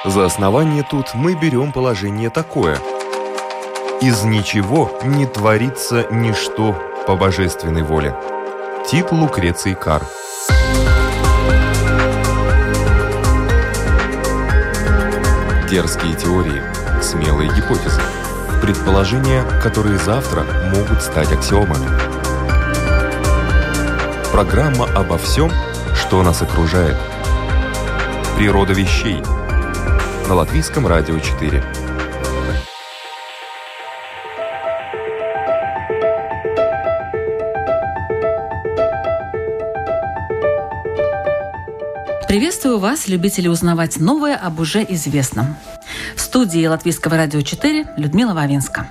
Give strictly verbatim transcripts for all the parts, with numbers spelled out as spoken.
За основание тут мы берем положение такое: «Из ничего не творится ничто по божественной воле». Тит Лукреций Кар. Дерзкие теории, смелые гипотезы, предположения, которые завтра могут стать аксиомами. Программа обо всем, что нас окружает. Природа вещей. На Латвийском радио четыре. Приветствую вас, любители узнавать новое об уже известном. В студии Латвийского радио четыре Людмила Вавинска.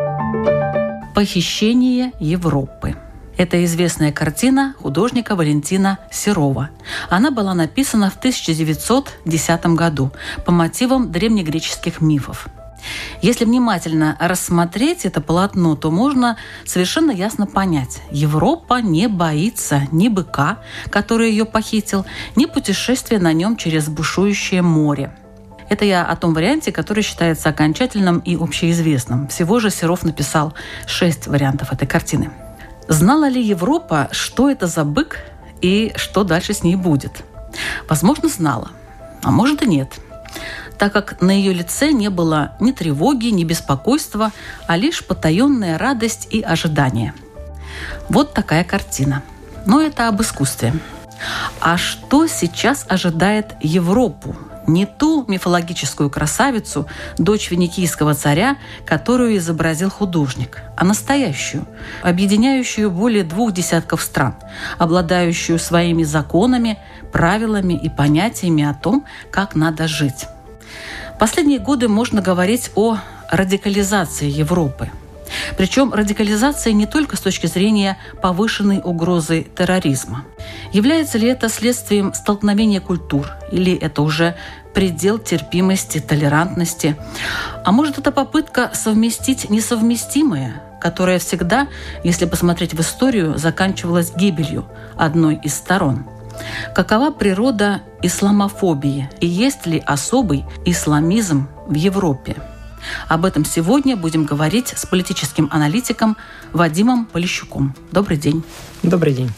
«Похищение Европы». Это известная картина художника Валентина Серова. Она была написана в тысяча девятьсот десятом году по мотивам древнегреческих мифов. Если внимательно рассмотреть это полотно, то можно совершенно ясно понять: Европа не боится ни быка, который ее похитил, ни путешествия на нем через бушующее море. Это я о том варианте, который считается окончательным и общеизвестным. Всего же Серов написал шесть вариантов этой картины. Знала ли Европа, что это за бык и что дальше с ней будет? Возможно, знала, а может и нет, так как на ее лице не было ни тревоги, ни беспокойства, а лишь потаенная радость и ожидание. Вот такая картина. Но это об искусстве. А что сейчас ожидает Европу? Не ту мифологическую красавицу, дочь финикийского царя, которую изобразил художник, а настоящую, объединяющую более двух десятков стран, обладающую своими законами, правилами и понятиями о том, как надо жить. Последние годы можно говорить о радикализации Европы. Причем радикализация не только с точки зрения повышенной угрозы терроризма. Является ли это следствием столкновения культур, или это уже предел терпимости, толерантности? А может, это попытка совместить несовместимое, которая всегда, если посмотреть в историю, заканчивалась гибелью одной из сторон? Какова природа исламофобии и есть ли особый исламизм в Европе? Об этом сегодня будем говорить с политическим аналитиком Вадимом Полищуком. Добрый день. Добрый день.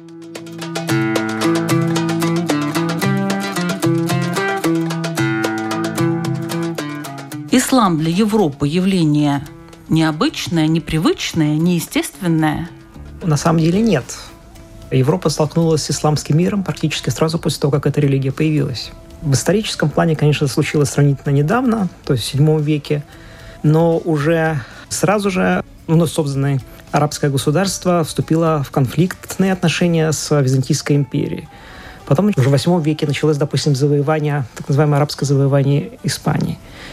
Ислам для Европы явление необычное, непривычное, неестественное? На самом деле нет. Европа столкнулась с исламским миром практически сразу после того, как эта религия появилась. В историческом плане, конечно, это случилось сравнительно недавно, то есть в седьмом веке, но уже сразу же вновь созданное арабское государство вступило в конфликтные отношения с Византийской империей. Потом уже в восьмом веке началось, допустим, завоевание, так называемое арабское завоевание Испании,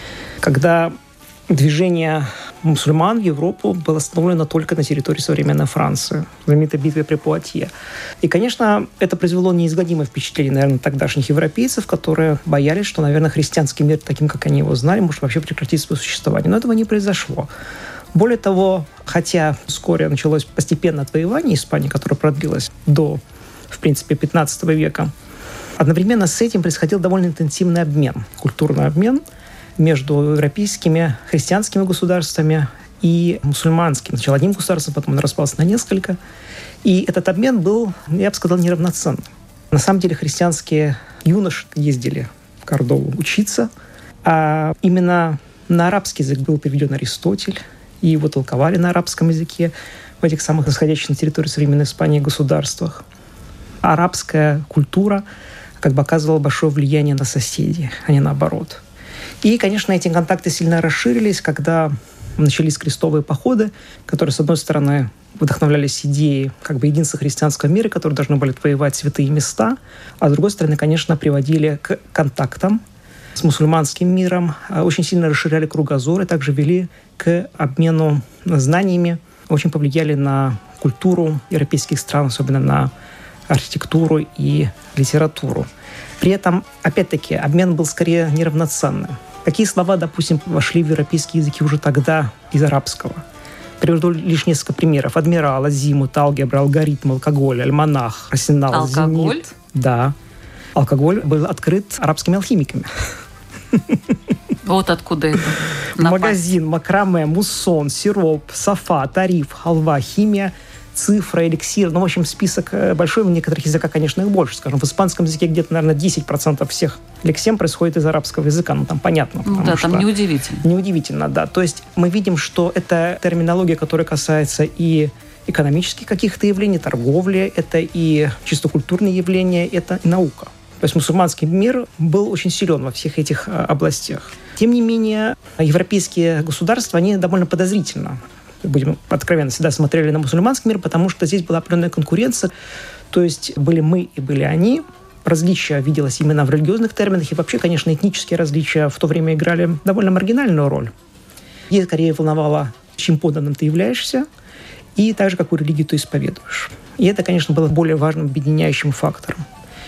когда движение мусульман в Европу было остановлено только на территории современной Франции, в знаменитой битве при Пуатье. И, конечно, это произвело неизгладимое впечатление, наверное, тогдашних европейцев, которые боялись, что, наверное, христианский мир, таким, как они его знали, может вообще прекратить свое существование. Но этого не произошло. Более того, хотя вскоре началось постепенное отвоевание Испании, которое продлилось до, в принципе, пятнадцатого века, одновременно с этим происходил довольно интенсивный обмен, культурный обмен между европейскими христианскими государствами и мусульманским. Сначала одним государством, потом он распался на несколько. И этот обмен был, я бы сказал, неравноценным. На самом деле христианские юноши ездили в Кордову учиться, а именно на арабский язык был переведен Аристотель, и его толковали на арабском языке в этих самых расходящих на территории современной Испании государствах. Арабская культура как бы оказывала большое влияние на соседей, а не наоборот. И, конечно, эти контакты сильно расширились, когда начались крестовые походы, которые, с одной стороны, вдохновлялись идеей как бы единства христианского мира, которые должны были отвоевать святые места, а с другой стороны, конечно, приводили к контактам с мусульманским миром, очень сильно расширяли кругозор и также вели к обмену знаниями, очень повлияли на культуру европейских стран, особенно на архитектуру и литературу. При этом, опять-таки, обмен был скорее неравноценным. Какие слова, допустим, вошли в европейские языки уже тогда из арабского? Приведу лишь несколько примеров. Адмирал, азимут, алгебра, алгоритм, алкоголь, альманах, арсенал, алкоголь? зенит. Да. Алкоголь был открыт арабскими алхимиками. Вот откуда это. Магазин, макраме, муссон, сироп, софа, тариф, халва, химия, цифра, эликсир. Ну, в общем, список большой. В некоторых языках, конечно, их больше. Скажем, в испанском языке где-то, наверное, десять процентов всех лексем происходит из арабского языка. Ну, там понятно. Ну, да, там неудивительно. Неудивительно, да. То есть мы видим, что это терминология, которая касается и экономических каких-то явлений, торговли, это и чисто культурные явления, это и наука. То есть мусульманский мир был очень силен во всех этих областях. Тем не менее, европейские государства, они довольно подозрительно, будем откровенно, всегда смотрели на мусульманский мир, потому что здесь была определенная конкуренция. То есть были мы и были они. Различия виделось именно в религиозных терминах. И вообще, конечно, этнические различия в то время играли довольно маргинальную роль. Ей скорее волновало, чьим подданным ты являешься, и также, какую религию ты исповедуешь. И это, конечно, было более важным объединяющим фактором.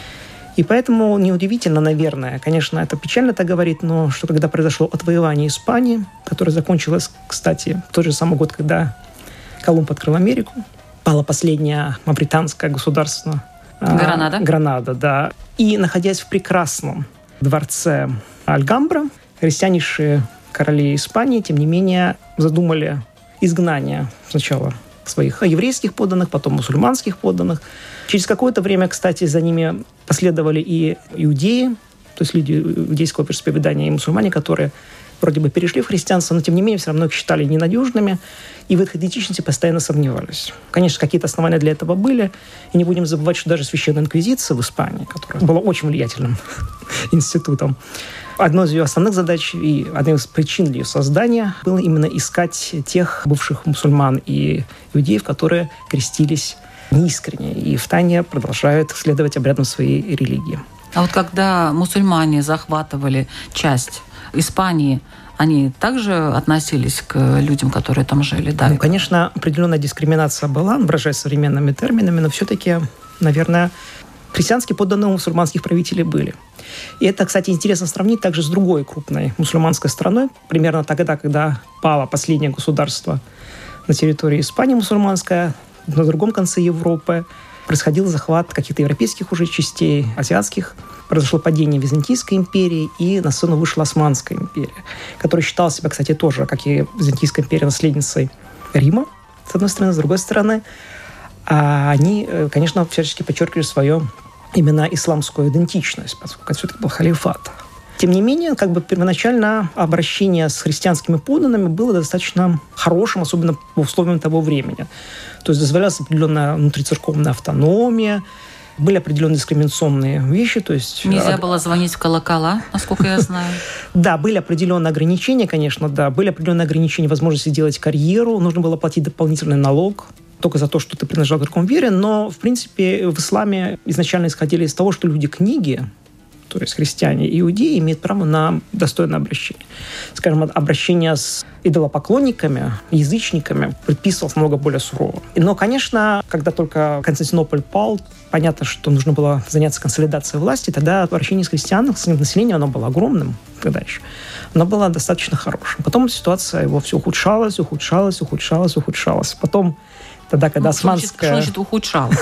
И поэтому неудивительно, наверное, конечно, это печально так говорить, но что когда произошло отвоевание Испании, которое закончилось, кстати, в тот же самый год, когда Колумб открыл Америку, пало последнее мавританское государство. Гранада. Гранада, да. И, находясь в прекрасном дворце Альгамбра, христианнейшие короли Испании, тем не менее, задумали изгнание сначала своих еврейских подданных, потом мусульманских подданных. Через какое-то время, кстати, за ними последовали и иудеи, то есть люди иудейского вероисповедания, и мусульмане, которые вроде бы перешли в христианство, но тем не менее все равно их считали ненадежными, и в их идентичности постоянно сомневались. Конечно, какие-то основания для этого были, и не будем забывать, что даже Священная Инквизиция в Испании, которая была очень влиятельным институтом, одной из ее основных задач и одной из причин для ее создания было именно искать тех бывших мусульман и иудеев, которые крестились неискренне и втайне продолжают следовать обрядам своей религии. А вот когда мусульмане захватывали часть Испании, они также относились к людям, которые там жили? Да? Ну, конечно, определенная дискриминация была, выражаясь современными терминами, но все-таки, наверное, христианские подданные у мусульманских правителей были. И это, кстати, интересно сравнить также с другой крупной мусульманской страной. Примерно тогда, когда пало последнее государство на территории Испании мусульманское, на другом конце Европы происходил захват каких-то европейских уже частей, азиатских. Произошло падение Византийской империи, и на сцену вышла Османская империя, которая считала себя, кстати, тоже, как и Византийская империя, наследницей Рима, с одной стороны, с другой стороны. А они, конечно, всячески подчеркивали свою именно исламскую идентичность, поскольку это все-таки был халифат. Тем не менее, как бы первоначально обращение с христианскими подданными было достаточно хорошим, особенно по условиям того времени. То есть дозволялась определенная внутрицерковная автономия, были определенные дискриминационные вещи. То есть нельзя было звонить в колокола, насколько я знаю. Да, были определенные ограничения, конечно, да. Были определенные ограничения возможности делать карьеру. Нужно было платить дополнительный налог только за то, что ты принадлежал к другому вере. Но, в принципе, в исламе изначально исходили из того, что люди книги, то есть христиане и иудеи, имеют право на достойное обращение. Скажем, обращение с идолопоклонниками, язычниками предписывалось много более сурово. Но, конечно, когда только Константинополь пал, понятно, что нужно было заняться консолидацией власти, тогда обращение с христианами, с населением, оно было огромным тогда еще. Оно было достаточно хорошим. Потом ситуация его все ухудшалась, ухудшалась, ухудшалась, ухудшалась. Потом тогда, когда ну, османская... Что значит ухудшалась?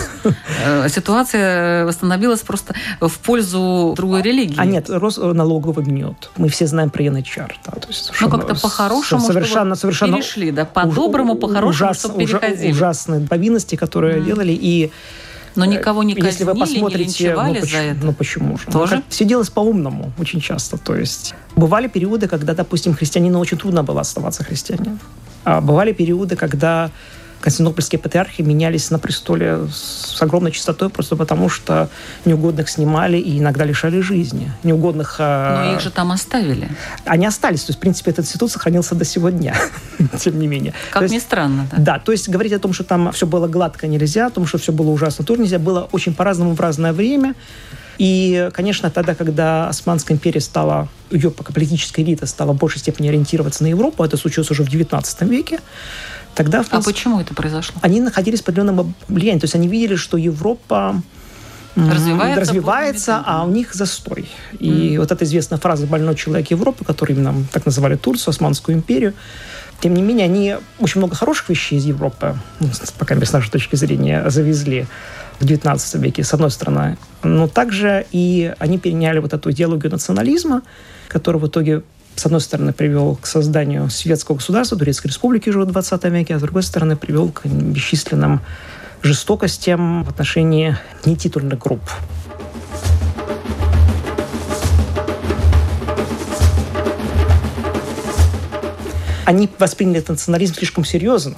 Ситуация восстановилась просто в пользу другой религии. А нет, рос налоговый гнет. Мы все знаем про эн эйч ар. Ну, как-то по-хорошему, совершенно, совершенно перешли, да? По-доброму, по-хорошему, чтобы переходили. Ужасные повинности, которые делали, и но никого не казнили, если вы посмотрите, не линчевали ну, почему, за это. Ну почему же? Тоже? Ну, все делалось по-умному очень часто. То есть бывали периоды, когда, допустим, христианину очень трудно было оставаться христианином. А бывали периоды, когда константинопольские патриархи менялись на престоле с огромной частотой просто потому, что неугодных снимали и иногда лишали жизни. Неугодных... Но их же там оставили. Они остались. То есть, в принципе, этот институт сохранился до сего дня, тем не менее. Как есть, ни странно, да. Да, то есть говорить о том, что там все было гладко, нельзя, о том, что все было ужасно, тоже нельзя. Было очень по-разному в разное время. И, конечно, тогда, когда Османская империя стала, ее политическая элита стала в большей степени ориентироваться на Европу, это случилось уже в девятнадцатом веке, тогда, в принципе, а почему это произошло? Они находились под определенным влиянием. То есть они видели, что Европа развивается, развивается а у них застой. И mm. вот эта известная фраза «больной человек Европы», которую именно так называли Турцию, Османскую империю, тем не менее, они очень много хороших вещей из Европы, пока с нашей точки зрения, завезли. в девятнадцатом веке, с одной стороны. Но также и они переняли вот эту идеологию национализма, который в итоге, с одной стороны, привел к созданию светского государства, Турецкой республики уже в двадцатом веке, а с другой стороны, привел к бесчисленным жестокостям в отношении нетитульных групп. Они восприняли этот национализм слишком серьезно.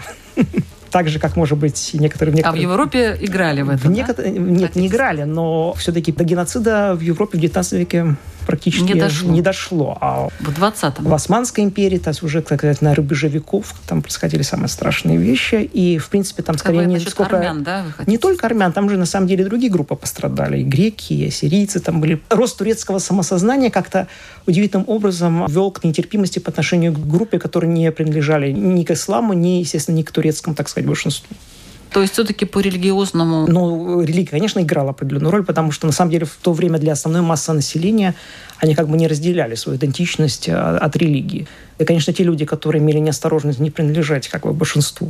Так же, как, может быть, некоторые... некоторые... А в Европе играли в этом, в некотор... да? Нет, не играли, но все-таки до геноцида в Европе в девятнадцатом веке практически не дошло. Не дошло. А в двадцатом. В Османской империи, то есть уже, так сказать, на рубеже веков, там происходили самые страшные вещи. И, в принципе, там скорее не сколько... армян, да? Не только армян, там же, на самом деле, другие группы пострадали. И греки, и ассирийцы там были. Рост турецкого самосознания как-то удивительным образом вел к нетерпимости по отношению к группе, которые не принадлежали ни к исламу, ни, естественно, ни к турецкому, так сказать, большинству. То есть все-таки по религиозному... Ну, религия, конечно, играла определенную роль, потому что, на самом деле, в то время для основной массы населения они как бы не разделяли свою идентичность от религии. И, конечно, те люди, которые имели неосторожность не принадлежать как бы большинству,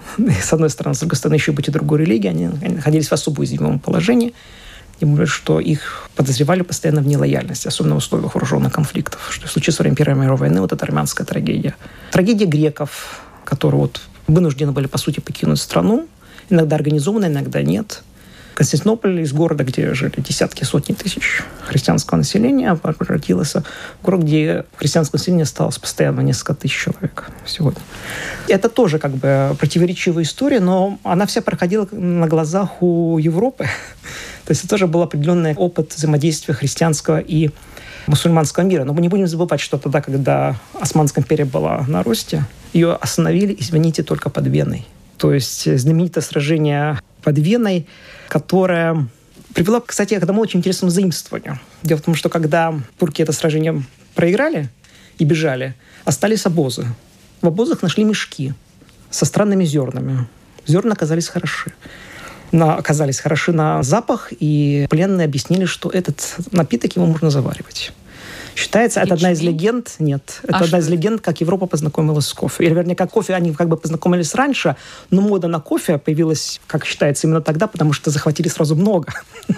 с одной стороны, с другой стороны, еще быть и другой религии, они, они находились в особо уязвимом положении, тем более, что их подозревали постоянно в нелояльности, особенно в условиях вооруженных конфликтов, что в случае со времен Первой мировой войны вот эта армянская трагедия. Трагедия греков, которые вот вынуждены были, по сути, покинуть страну, иногда организованно, иногда нет. Константинополь из города, где жили десятки, сотни тысяч христианского населения, превратился в город, где христианское население осталось постоянно несколько тысяч человек сегодня. Это тоже как бы противоречивая история, но она вся проходила на глазах у Европы. То есть это тоже был определенный опыт взаимодействия христианского и мусульманского мира. Но мы не будем забывать, что тогда, когда Османская империя была на росте, ее остановили, извините, только под Веной. То есть знаменитое сражение под Веной, которое привело, кстати, к одному очень интересному заимствованию. Дело в том, что когда турки это сражение проиграли и бежали, остались обозы. В обозах нашли мешки со странными зернами. Зерна оказались хороши. На, оказались хороши на запах, и пленные объяснили, что этот напиток его можно заваривать. Считается, это одна из легенд. Нет, это а одна из легенд, как Европа познакомилась с кофе. Или, вернее, как кофе, они как бы познакомились раньше, но мода на кофе появилась, как считается, именно тогда, потому что захватили сразу много.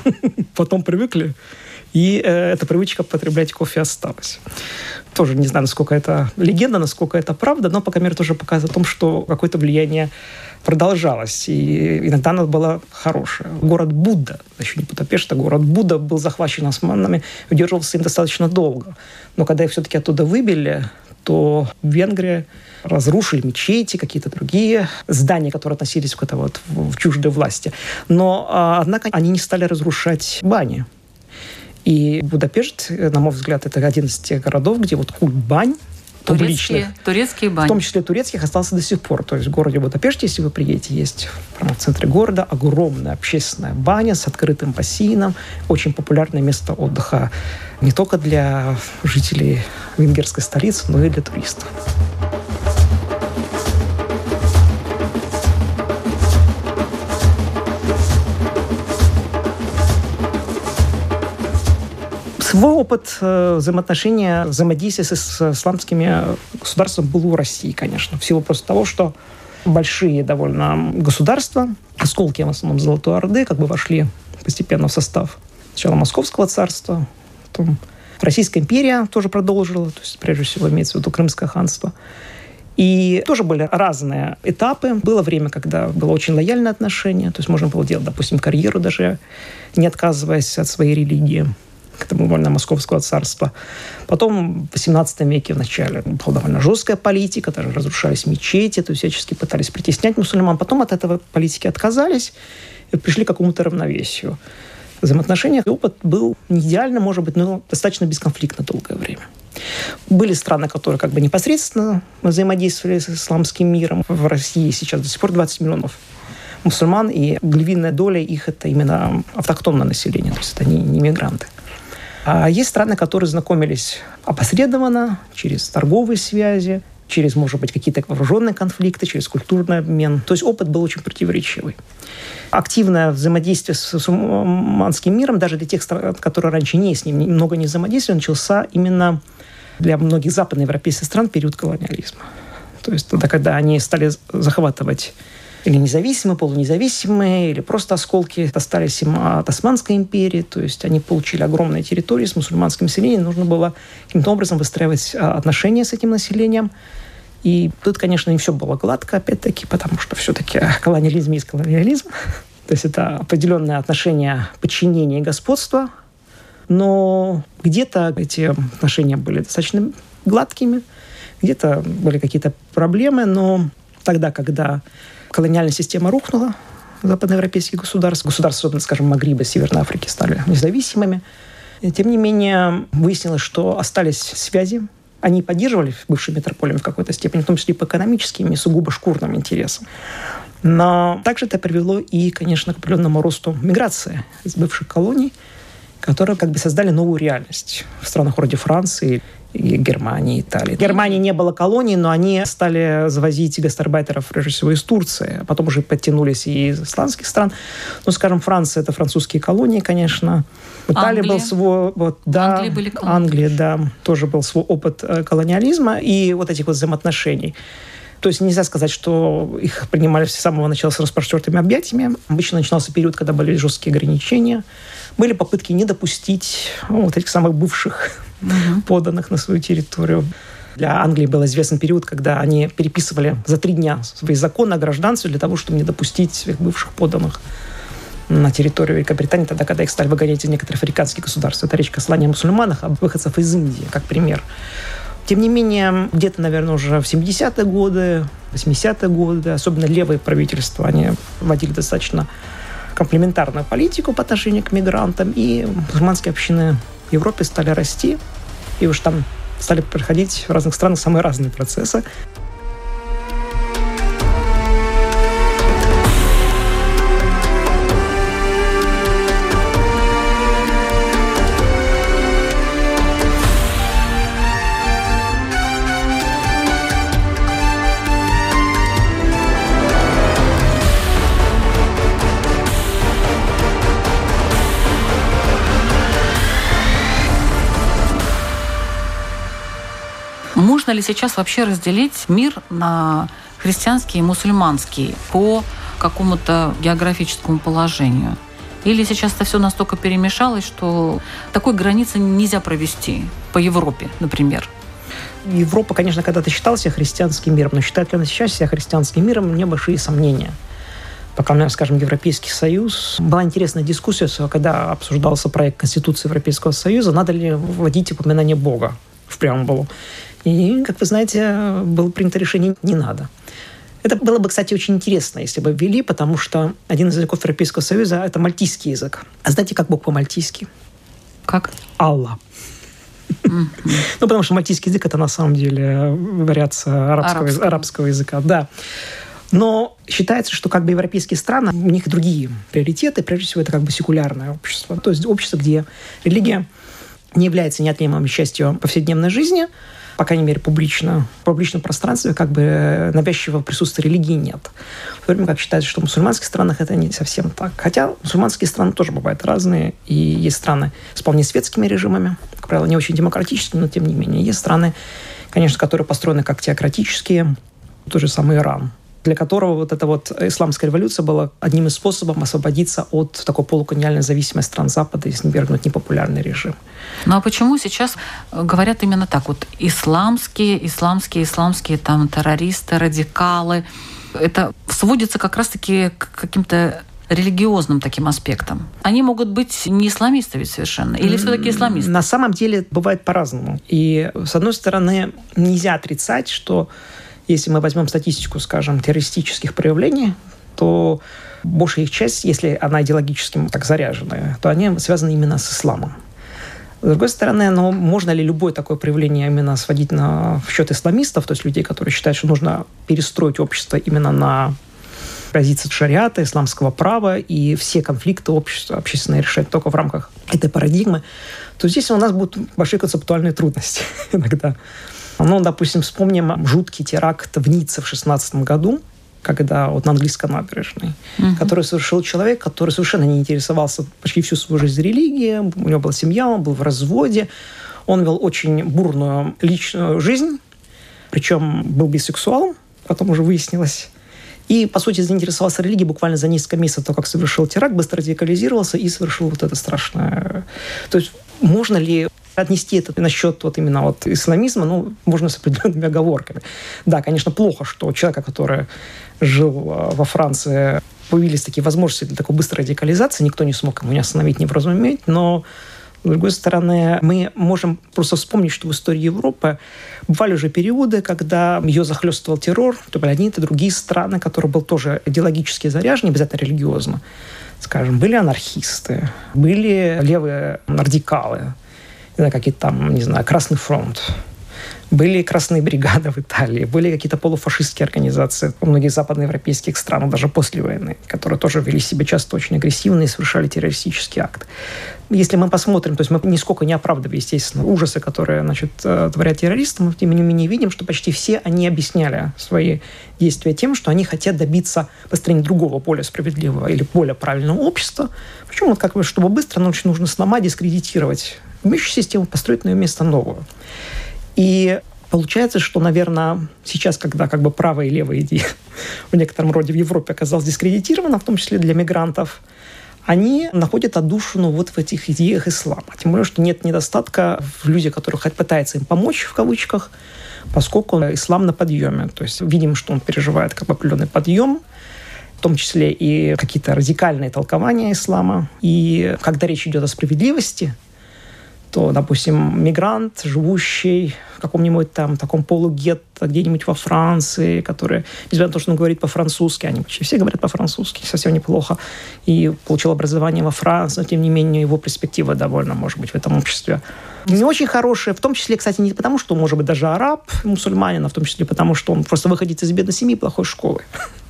Потом привыкли, и э, эта привычка потреблять кофе осталась. Тоже не знаю, насколько это легенда, насколько это правда, но, по крайней мере, тоже показывает о том, что какое-то влияние продолжалось. И иногда оно было хорошее. Город Будда, еще не Будапешт, а город Будда был захвачен османами, удерживался им достаточно долго. Но когда их все-таки оттуда выбили, то в Венгрии разрушили мечети, какие-то другие здания, которые относились к этой вот, в чуждой власти. Но, однако, они не стали разрушать бани. И Будапешт, на мой взгляд, это один из тех городов, где вот культ бань турецкие, турецкие бани, в том числе турецких, остался до сих пор. То есть в городе Будапеште, если вы приедете, есть прямо в центре города огромная общественная баня с открытым бассейном. Очень популярное место отдыха не только для жителей венгерской столицы, но и для туристов. Свой опыт э, взаимоотношения, взаимодействия с, с исламскими государствами был у России, конечно. В силу просто того, что большие довольно государства, осколки, в основном, Золотой Орды, как бы вошли постепенно в состав сначала Московского царства, потом Российская империя тоже продолжила, то есть, прежде всего, имеется в виду Крымское ханство. И тоже были разные этапы. Было время, когда было очень лояльное отношение, то есть можно было делать, допустим, карьеру даже, не отказываясь от своей религии. К тому времени Московского царства. Потом в восемнадцатом веке в начале была довольно жесткая политика, даже разрушались мечети, то есть всячески пытались притеснять мусульман. Потом от этого политики отказались и пришли к какому-то равновесию. В взаимоотношениях опыт был не идеальный, может быть, но достаточно бесконфликтно долгое время. Были страны, которые как бы непосредственно взаимодействовали с исламским миром. В России сейчас до сих пор двадцать миллионов мусульман, и львиная доля их – это именно автохтонное население, то есть это не, не мигранты. А есть страны, которые знакомились опосредованно, через торговые связи, через, может быть, какие-то вооруженные конфликты, через культурный обмен. То есть опыт был очень противоречивый. Активное взаимодействие с мусульманским миром, даже для тех стран, которые раньше не с ним много не взаимодействовали, начался именно для многих западноевропейских стран период колониализма. То есть тогда, когда они стали захватывать или независимые, полунезависимые, или просто осколки достались им от Османской империи. То есть они получили огромные территории с мусульманским населением. Нужно было каким-то образом выстраивать отношения с этим населением. И тут, конечно, не все было гладко, опять-таки, потому что все-таки колониализм есть колониализм. То есть это определенное отношение подчинения и господства. Но где-то эти отношения были достаточно гладкими, где-то были какие-то проблемы. Но тогда, когда колониальная система рухнула, западноевропейских государств, государства, особенно, скажем, Магриба, Северной Африки, стали независимыми. И, тем не менее, выяснилось, что остались связи. Они поддерживали бывшие метрополии в какой-то степени, в том числе по экономическим и сугубо шкурным интересам. Но также это привело и, конечно, к определенному росту миграции из бывших колоний, которые как бы создали новую реальность в странах вроде Франции, и Германии, Италии. В Германии не было колоний, но они стали завозить гастарбайтеров, прежде всего, из Турции. А потом уже подтянулись и из исламских стран. Ну, скажем, Франция — это французские колонии, конечно. В Италии был свой... Вот, да, Англии были колонии. Англия, да, тоже был свой опыт колониализма и вот этих вот взаимоотношений. То есть нельзя сказать, что их принимали с самого начала с распростертыми объятиями. Обычно начинался период, когда были жесткие ограничения. Были попытки не допустить ну, вот этих самых бывших угу. подданных на свою территорию. Для Англии был известен период, когда они переписывали за три дня свои законы о гражданстве для того, чтобы не допустить своих бывших подданных на территорию Великобритании, тогда, когда их стали выгонять из некоторых африканских государств. Это речь о мусульманах, об выходцев из Индии, как пример. Тем не менее, где-то, наверное, уже в семидесятые годы, восьмидесятые годы, особенно левые правительства, они вводили достаточно комплементарную политику по отношению к мигрантам, и мусульманские общины в Европе стали расти, и уж там стали проходить в разных странах самые разные процессы. Можно ли сейчас вообще разделить мир на христианский и мусульманский по какому-то географическому положению? Или сейчас это все настолько перемешалось, что такой границы нельзя провести по Европе, например? Европа, конечно, когда-то считала себя христианским миром, но считает ли она сейчас себя христианским миром, у меня большие сомнения. Пока, например, скажем, Европейский Союз. Была интересная дискуссия, когда обсуждался проект Конституции Европейского Союза, надо ли вводить упоминание Бога в преамбулу. И, как вы знаете, было принято решение «не надо». Это было бы, кстати, очень интересно, если бы ввели, потому что один из языков Европейского Союза – это мальтийский язык. А знаете, как Бог по-мальтийски? Как? Алла. Mm-hmm. Ну, потому что мальтийский язык – это на самом деле вариация арабского, арабского. арабского языка. Да. Но считается, что как бы европейские страны, у них другие приоритеты. Прежде всего, это как бы секулярное общество. То есть общество, где религия не является неотъемлемой частью повседневной жизни, по крайней мере, публично, в публичном пространстве как бы навязчивого присутствия религии нет. В то время как считается, что в мусульманских странах это не совсем так. Хотя мусульманские страны тоже бывают разные. И есть страны с вполне светскими режимами, как правило, не очень демократическими, но тем не менее. Есть страны, конечно, которые построены как теократические, тот же самый Иран, для которого вот эта вот исламская революция была одним из способов освободиться от такой полуколониальной зависимости стран Запада и свергнуть непопулярный режим. Ну а почему сейчас говорят именно так? Вот исламские, исламские, исламские там террористы, радикалы. Это сводится как раз-таки к каким-то религиозным таким аспектам. Они могут быть не исламисты ведь совершенно? Или все-таки исламисты? На самом деле бывает по-разному. И, с одной стороны, нельзя отрицать, что если мы возьмем статистику, скажем, террористических проявлений, то большая их часть, если она идеологически так заряженная, то они связаны именно с исламом. С другой стороны, ну, можно ли любое такое проявление именно сводить на, в счет исламистов, то есть людей, которые считают, что нужно перестроить общество именно на позиции шариата, исламского права, и все конфликты общества, общественные решать только в рамках этой парадигмы, то здесь у нас будут большие концептуальные трудности иногда. Ну, допустим, вспомним жуткий теракт в Ницце в шестнадцатом году, когда вот на английской набережной, uh-huh. который совершил человек, который совершенно не интересовался почти всю свою жизнь религией, у него была семья, он был в разводе, он вел очень бурную личную жизнь, причем был бисексуалом, потом уже выяснилось. И, по сути, заинтересовался религией буквально за несколько месяцев до того, как совершил теракт, быстро радикализировался и совершил вот это страшное. То есть можно ли отнести это насчет вот именно вот исламизма, ну, можно с определенными оговорками. Да, конечно, плохо, что у человека, который жил во Франции, появились такие возможности для такой быстрой радикализации, никто не смог ему не остановить, не вразуметь, но с другой стороны, мы можем просто вспомнить, что в истории Европы бывали уже периоды, когда ее захлестывал террор, то были одни и другие страны, которые был тоже идеологически заряжены, не обязательно религиозно. Скажем, были анархисты, были левые радикалы, не знаю, какие-то там, не знаю, Красный фронт. Были красные бригады в Италии, были какие-то полуфашистские организации у многих западноевропейских стран, даже после войны, которые тоже вели себя часто очень агрессивно и совершали террористические акты. Если мы посмотрим, то есть мы нисколько не оправдываем, естественно, ужасы, которые, значит, творят террористы, мы тем не менее видим, что почти все они объясняли свои действия тем, что они хотят добиться построения другого, более справедливого или более правильного общества. Причем, вот как бы, чтобы быстро, но очень нужно сломать, дискредитировать имеющую систему, построить на ее место новую. И получается, что, наверное, сейчас, когда как бы правая и левая идея в некотором роде в Европе оказалась дискредитирована, в том числе для мигрантов, они находят отдушину вот в этих идеях ислама. Тем более, что нет недостатка в людях, которые пытаются им помочь, в кавычках, поскольку ислам на подъеме. То есть видим, что он переживает как бы определенный подъем, в том числе и какие-то радикальные толкования ислама. И когда речь идет о справедливости, то, допустим, мигрант, живущий в каком-нибудь там таком полугетто где-нибудь во Франции, который, несмотря на то, что он говорит по-французски, они почти все говорят по-французски, совсем неплохо, и получил образование во Франции, но, тем не менее, его перспектива довольно, может быть, в этом обществе не очень хорошая, в том числе, кстати, не потому, что он, может быть, даже араб, мусульманин, а в том числе потому, что он просто выходит из бедной семьи, плохой школы,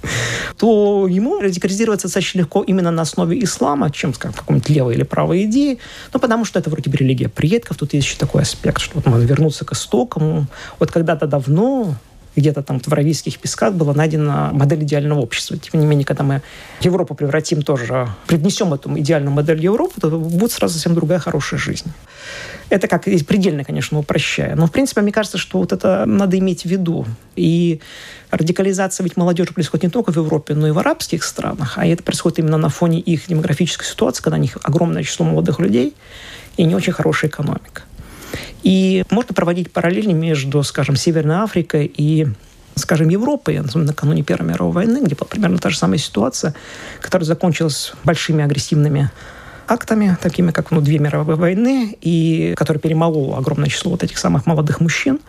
то ему радикализироваться достаточно легко именно на основе ислама, чем, скажем, какой-нибудь левой или правой идеи, ну, потому что это вроде бы религия предков, тут есть еще такой аспект, что вот можно вернуться к истокам. Вот когда-то давно, где-то там в Аравийских песках была найдена модель идеального общества. Тем не менее, когда мы Европу превратим тоже, преднесем эту идеальную модель Европы, то будет сразу совсем другая хорошая жизнь. Это как предельно, конечно, упрощая. Но, в принципе, мне кажется, что вот это надо иметь в виду. И радикализация ведь молодежи происходит не только в Европе, но и в арабских странах. А это происходит именно на фоне их демографической ситуации, когда у них огромное число молодых людей и не очень хорошая экономика. И можно проводить параллели между, скажем, Северной Африкой и, скажем, Европой, накануне Первой мировой войны, где была примерно та же самая ситуация, которая закончилась большими агрессивными актами, такими как ну, две мировые войны, и которая перемолола огромное число вот этих самых молодых мужчин,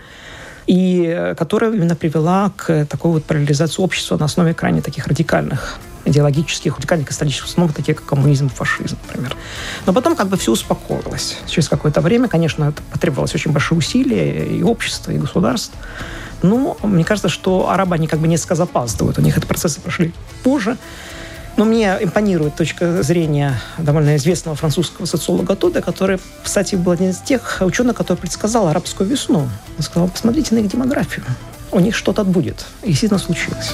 и которая именно привела к такой вот параллелизации общества на основе крайне таких радикальных идеологических, радикальных исторических установок, такие как коммунизм, фашизм, например. Но потом как бы все успокоилось. Через какое-то время, конечно, это потребовалось очень большие усилия и общества, и государств. Но мне кажется, что арабы, они как бы несколько запаздывают. У них эти процессы прошли позже. Но мне импонирует точка зрения довольно известного французского социолога Тода, который, кстати, был один из тех ученых, который предсказал арабскую весну. Он сказал, посмотрите на их демографию. У них что-то будет. И действительно случилось.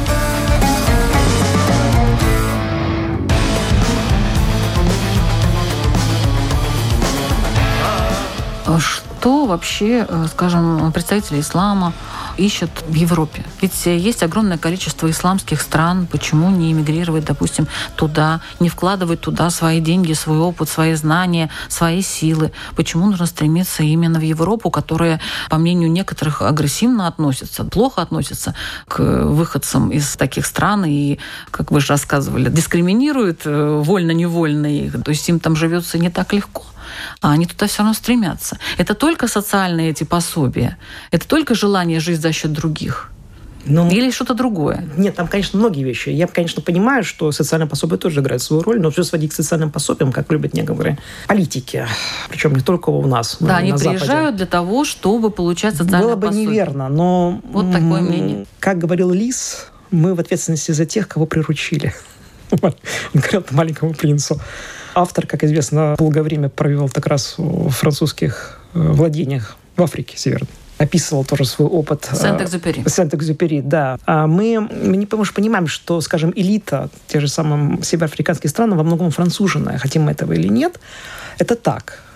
Что вообще, скажем, представители ислама ищут в Европе? Ведь есть огромное количество исламских стран. Почему не эмигрировать, допустим, туда, не вкладывать туда свои деньги, свой опыт, свои знания, свои силы? Почему нужно стремиться именно в Европу, которая, по мнению некоторых, агрессивно относится, плохо относится к выходцам из таких стран и, как вы же рассказывали, дискриминирует вольно-невольно их. То есть им там живется не так легко. А они туда все равно стремятся. Это только социальные эти пособия? Это только желание жить за счет других? Ну, или что-то другое? Нет, там, конечно, многие вещи. Я, конечно, понимаю, что социальные пособия тоже играют свою роль, но все сводить к социальным пособиям, как любят некоторые политики, причем не только у нас. Да, на, они на приезжают Западе. Для того, чтобы получать социальное Было бы пособие. Неверно, но... Вот такое мнение. Как говорил Лис, мы в ответственности за тех, кого приручили. Он говорил маленькому принцу. Автор, как известно, долгое время провел как раз в французских владениях в Африке Северной. Описывал тоже свой опыт. Сент-Экзюпери. Сент-Экзюпери, да. А мы, мы не понимаем, что, скажем, элита тех же самых североафриканских стран во многом француженная, хотим мы этого или нет. Это так.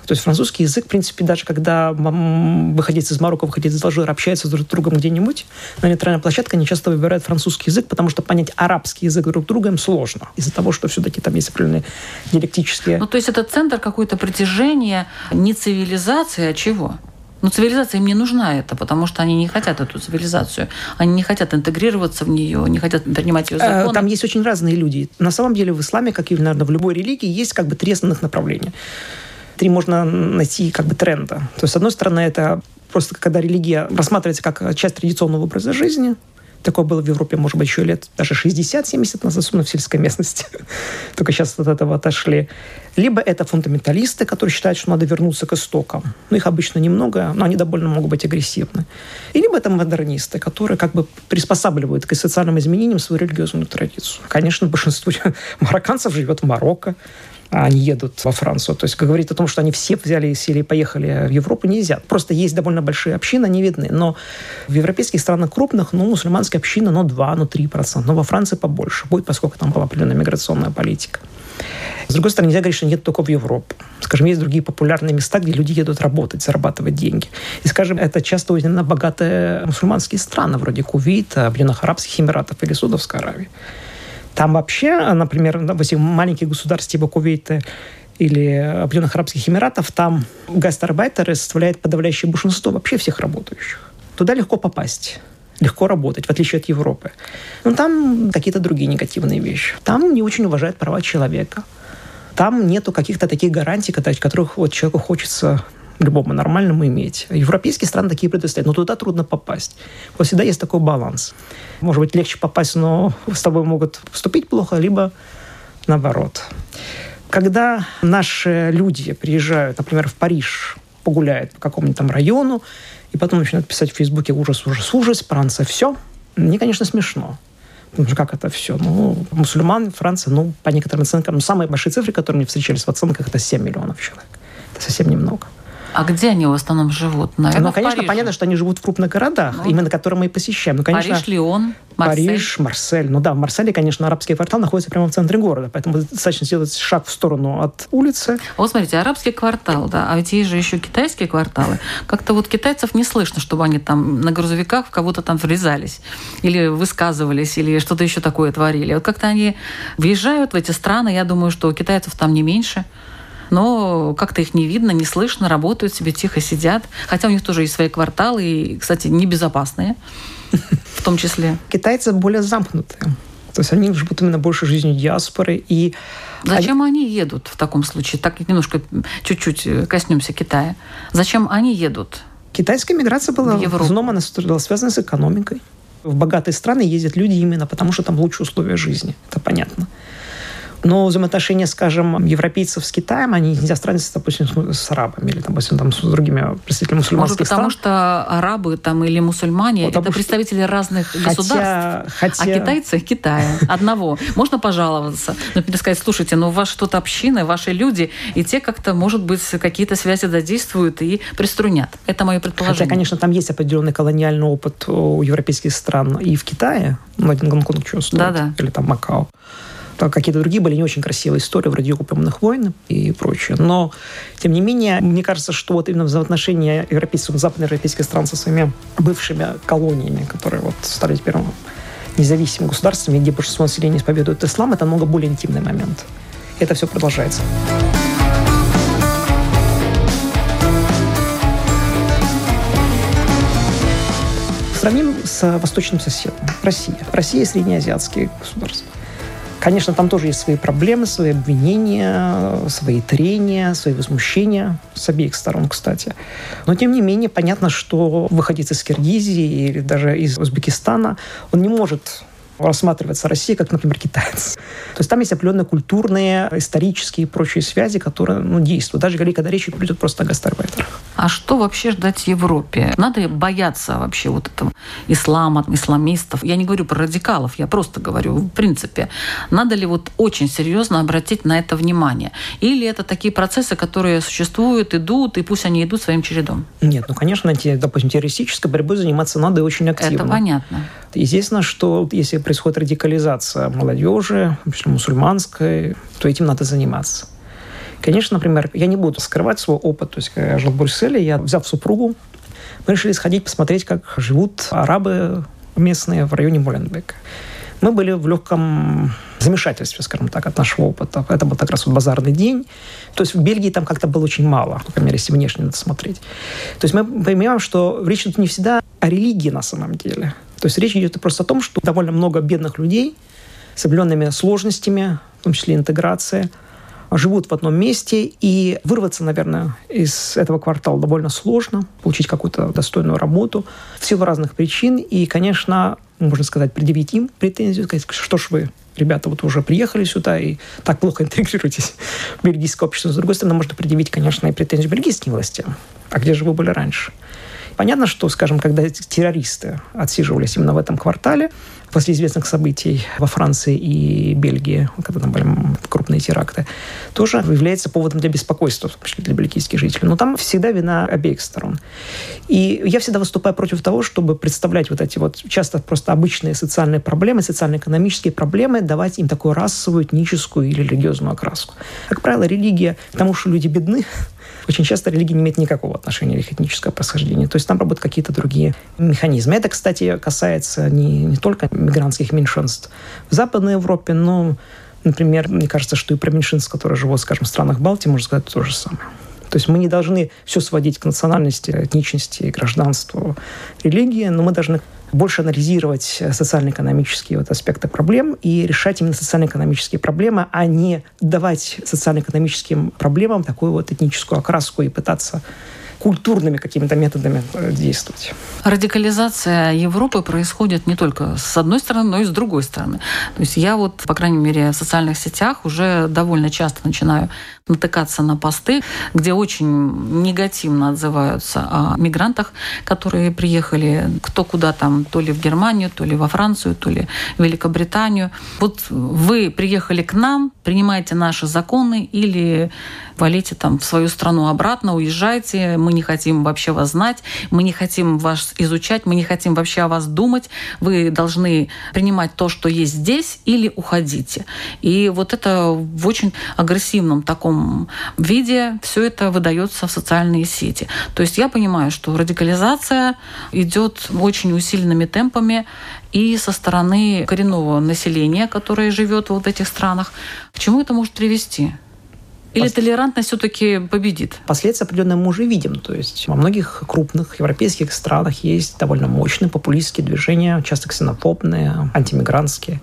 То есть французский язык, в принципе, даже когда выходец из Марокко, выходец из Алжира общаются друг с другом где-нибудь, на нейтральной площадке они часто выбирают французский язык, потому что понять арабский язык друг друга им сложно. Из-за того, что все-таки там есть определенные диалектические... Ну, то есть это центр какое-то притяжения не цивилизации, а чего? Но цивилизация им не нужна это, потому что они не хотят эту цивилизацию. Они не хотят интегрироваться в нее, не хотят принимать ее законы. Там есть очень разные люди. На самом деле в исламе, как и, наверное, в любой религии, есть как бы три основных направления. Три можно найти как бы тренда. То есть, с одной стороны, это просто когда религия рассматривается как часть традиционного образа жизни. Такое было в Европе, может быть, еще лет даже шестьдесят-семьдесят назад, особенно в сельской местности. Только сейчас от этого отошли. Либо это фундаменталисты, которые считают, что надо вернуться к истокам. Ну, их обычно немного, но они довольно могут быть агрессивны. И либо это модернисты, которые как бы приспосабливают к социальным изменениям свою религиозную традицию. Конечно, большинство марокканцев живет в Марокко, а они едут во Францию. То есть говорить о том, что они все взяли и сели и поехали в Европу, нельзя. Просто есть довольно большие общины, они видны. Но в европейских странах крупных, ну, мусульманская община, ну, два, ну, три процента. Но во Франции побольше будет, поскольку там была определенная миграционная политика. С другой стороны, нельзя говорить, что нет только в Европу. Скажем, есть другие популярные места, где люди едут работать, зарабатывать деньги. И, скажем, это часто именно богатые мусульманские страны, вроде Кувейта, Объединенных Арабских Эмиратов или Саудовской Аравии. Там вообще, например, в этих маленьких государствах типа Кувейта или Объединенных Арабских Эмиратов, там гастарбайтеры составляют подавляющее большинство вообще всех работающих. Туда легко попасть, легко работать, в отличие от Европы. Но там какие-то другие негативные вещи. Там не очень уважают права человека. Там нету каких-то таких гарантий, которых вот человеку хочется любому нормальному иметь. Европейские страны такие предоставляют, но туда трудно попасть. Вот всегда есть такой баланс. Может быть, легче попасть, но с тобой могут поступить плохо, либо наоборот. Когда наши люди приезжают, например, в Париж, погуляют по какому-нибудь там району, и потом начинают писать в Фейсбуке «ужас, ужас, ужас, Франция, все», мне, конечно, смешно. Потому что как это все? Ну, мусульман, Франция, ну, по некоторым оценкам, ну, самые большие цифры, которые мне встречались в оценках, это семь миллионов человек. Это совсем немного. А где они в основном живут? Наверное, ну, конечно, понятно, что они живут в крупных городах, ну, именно которые мы и посещаем. Ну, конечно, Париж, Лион, Марсель. Париж, Марсель. Ну да, в Марселе, конечно, арабский квартал находится прямо в центре города, поэтому достаточно сделать шаг в сторону от улицы. Вот смотрите, арабский квартал, да, а ведь есть же еще китайские кварталы. Как-то вот китайцев не слышно, чтобы они там на грузовиках в кого-то там врезались или высказывались, или что-то еще такое творили. Вот как-то они въезжают в эти страны, я думаю, что китайцев там не меньше. Но как-то их не видно, не слышно, работают себе, тихо сидят. Хотя у них тоже есть свои кварталы, и, кстати, небезопасные в том числе. Китайцы более замкнутые. То есть они живут именно больше жизнью диаспоры. И Зачем они... они едут в таком случае? Так немножко, чуть-чуть коснемся Китая. Зачем они едут? Китайская миграция была в основном она была связана с экономикой. В богатые страны ездят люди именно потому, что там лучшие условия жизни. Это понятно. Но взаимоотношения, скажем, европейцев с Китаем, они нельзя сравнивать, допустим, с арабами или, допустим, там, с другими представителями мусульманских стран. Может, потому что арабы там, или мусульмане вот, это представители разных хотя, государств, хотя... а китайцы Китая одного. Можно пожаловаться, например, сказать, слушайте, ну у вас что-то община, ваши люди, и те как-то, может быть, какие-то связи задействуют и приструнят. Это мое предположение. Хотя, конечно, там есть определенный колониальный опыт у европейских стран и в Китае, ну, один Гонконг чувствует, да-да. Или там Макао. Какие-то другие были не очень красивые истории, вроде опиумных войн и прочее. Но, тем не менее, мне кажется, что вот именно взаимоотношения европейцев, западноевропейских стран со своими бывшими колониями, которые вот стали теперь независимыми государствами, где большинство населения исповедует ислам, это намного более интимный момент. И это все продолжается. Сравним с восточным соседом. Россия. Россия и среднеазиатские государства. Конечно, там тоже есть свои проблемы, свои обвинения, свои трения, свои возмущения с обеих сторон, кстати. Но, тем не менее, понятно, что выходец из Киргизии или даже из Узбекистана, он не может рассматривается Россия как, например, китаец. То есть там есть определенные культурные, исторические и прочие связи, которые ну, действуют, даже когда речь идет просто о гастарбайтерах. А что вообще ждать Европе? Надо бояться вообще вот этого ислама, исламистов. Я не говорю про радикалов, я просто говорю, в принципе. Надо ли вот очень серьезно обратить на это внимание? Или это такие процессы, которые существуют, идут, и пусть они идут своим чередом? Нет, ну, конечно, допустим, террористической борьбой заниматься надо и очень активно. Это понятно. Естественно, что если происходит радикализация молодежи, мусульманской, то этим надо заниматься. Конечно, например, я не буду скрывать свой опыт. То есть, когда я жил в Брюсселе, я, взяв супругу, мы решили сходить посмотреть, как живут арабы местные в районе Моленбека. Мы были в легком замешательстве, скажем так, от нашего опыта. Это был как раз вот базарный день. То есть в Бельгии там как-то было очень мало, по крайней мере, если внешне надо смотреть. То есть мы понимаем, что речь идет не всегда о религии на самом деле. То есть речь идет просто о том, что довольно много бедных людей с определенными сложностями, в том числе интеграция, живут в одном месте, и вырваться, наверное, из этого квартала довольно сложно, получить какую-то достойную работу в силу разных причин. И, конечно, можно сказать, предъявить им претензию, сказать, что ж вы, ребята, вот уже приехали сюда и так плохо интегрируетесь в бельгийское общество. С другой стороны, можно предъявить, конечно, и претензию бельгийским властям. А где же вы были раньше? Понятно, что, скажем, когда террористы отсиживались именно в этом квартале, после известных событий во Франции и Бельгии, когда там были крупные теракты, тоже является поводом для беспокойства, в том числе для бельгийских жителей. Но там всегда вина обеих сторон. И я всегда выступаю против того, чтобы представлять вот эти вот часто просто обычные социальные проблемы, социально-экономические проблемы, давать им такую расовую, этническую или религиозную окраску. Как правило, религия, потому что люди бедны, очень часто религия не имеет никакого отношения к их этническому происхождению. То есть там работают какие-то другие механизмы. Это, кстати, касается не, не только мигрантских меньшинств в Западной Европе, но, например, мне кажется, что и про меньшинств, которые живут, скажем, в странах Балтии, можно сказать то же самое. То есть мы не должны все сводить к национальности, этничности, гражданству, религии, но мы должны больше анализировать социально-экономические вот аспекты проблем и решать именно социально-экономические проблемы, а не давать социально-экономическим проблемам такую вот этническую окраску и пытаться культурными какими-то методами действовать. Радикализация Европы происходит не только с одной стороны, но и с другой стороны. То есть я вот, по крайней мере, в социальных сетях уже довольно часто начинаю натыкаться на посты, где очень негативно отзываются о мигрантах, которые приехали кто куда там, то ли в Германию, то ли во Францию, то ли в Великобританию. Вот вы приехали к нам, принимаете наши законы или валите там в свою страну обратно, уезжайте, мы не хотим вообще вас знать, мы не хотим вас изучать, мы не хотим вообще о вас думать, вы должны принимать то, что есть здесь, или уходите. И вот это в очень агрессивном таком виде все это выдается в социальные сети. То есть я понимаю, что радикализация идет очень усиленными темпами и со стороны коренного населения, которое живет в вот этих странах. К чему это может привести? Или Пос... толерантность все-таки победит? Последствия определенные мы уже видим. То есть во многих крупных европейских странах есть довольно мощные популистские движения, часто ксенофобные, антимигрантские.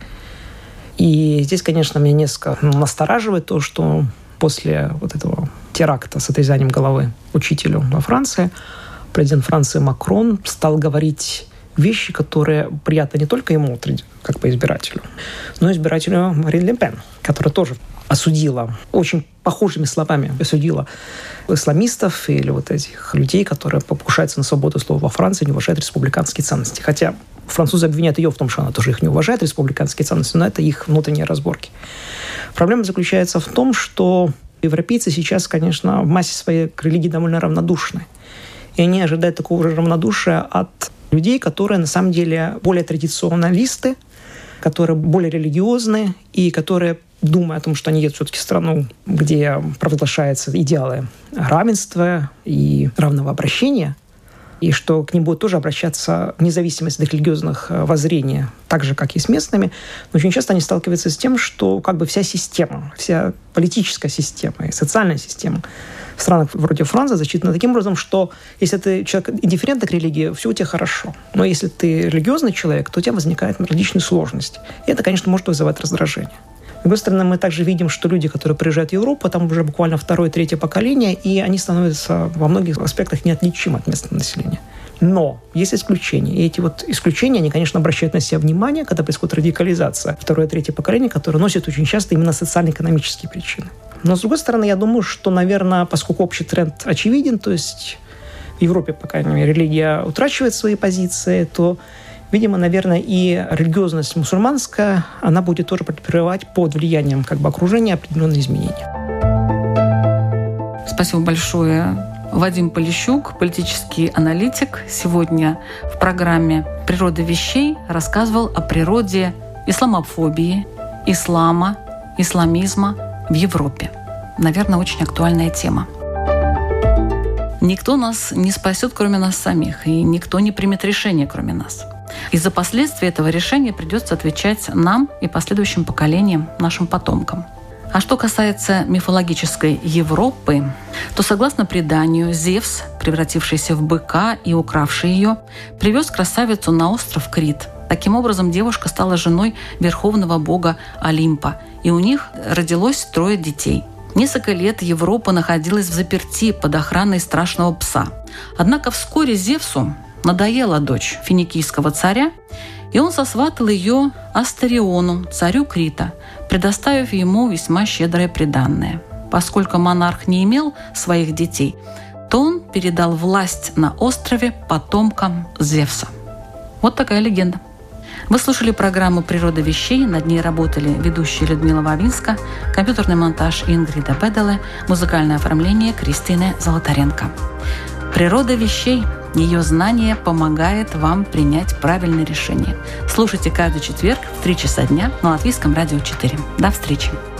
И здесь, конечно, меня несколько настораживает то, что после вот этого теракта с отрезанием головы учителю во Франции президент Франции Макрон стал говорить вещи, которые приятны не только ему, как по избирателю, но и избирателю Марин Ле Пен, которая тоже осудила, очень похожими словами осудила исламистов или вот этих людей, которые покушаются на свободу слова во Франции, не уважают республиканские ценности. Хотя французы обвиняют ее в том, что она тоже их не уважает, республиканские ценности, но это их внутренние разборки. Проблема заключается в том, что европейцы сейчас, конечно, в массе своей к религии довольно равнодушны. И они ожидают такого же равнодушия от людей, которые на самом деле более традиционалисты, которые более религиозные и которые, думая о том, что они едут все-таки в страну, где провозглашаются идеалы равенства и равного обращения, и что к ним будут тоже обращаться вне зависимости от их религиозных воззрений, так же, как и с местными. Но очень часто они сталкиваются с тем, что как бы вся система, вся политическая система и социальная система в странах вроде Франции зачитана таким образом, что если ты человек индифферентный к религии, все у тебя хорошо. Но если ты религиозный человек, то у тебя возникают различные сложности. И это, конечно, может вызывать раздражение. С другой стороны, мы также видим, что люди, которые приезжают в Европу, там уже буквально второе, третье поколение, и они становятся во многих аспектах неотличимы от местного населения. Но есть исключения. И эти вот исключения, они, конечно, обращают на себя внимание, когда происходит радикализация. Второе, третье поколение, которое носит очень часто именно социально-экономические причины. Но, с другой стороны, я думаю, что, наверное, поскольку общий тренд очевиден, то есть в Европе, по крайней мере, религия утрачивает свои позиции, то, видимо, наверное, и религиозность мусульманская, она будет тоже претерпевать под влиянием как бы окружения определенные изменения. Спасибо большое. Вадим Полищук, политический аналитик, сегодня в программе «Природа вещей» рассказывал о природе исламофобии, ислама, исламизма в Европе. наверное, очень актуальная тема. Никто нас не спасет, кроме нас самих, и никто не примет решение, кроме нас. Из-за последствий этого решения придется отвечать нам и последующим поколениям, нашим потомкам. А что касается мифологической Европы, то, согласно преданию, Зевс, превратившийся в быка и укравший ее, привез красавицу на остров Крит. Таким образом, девушка стала женой верховного бога Олимпа, и у них родилось трое детей. Несколько лет Европа находилась в заперти под охраной страшного пса. Однако вскоре Зевсу надоела дочь финикийского царя, и он сосватал ее Астариону, царю Крита, предоставив ему весьма щедрое приданное. Поскольку монарх не имел своих детей, то он передал власть на острове потомкам Зевса. Вот такая легенда. Вы слушали программу «Природа вещей». Над ней работали ведущая Людмила Вавинска, компьютерный монтаж Ингрида Беделе, музыкальное оформление Кристины Золотаренко. «Природа вещей». Ее знание помогает вам принять правильное решение. Слушайте каждый четверг в три часа дня на Латвийском радио четыре. До встречи!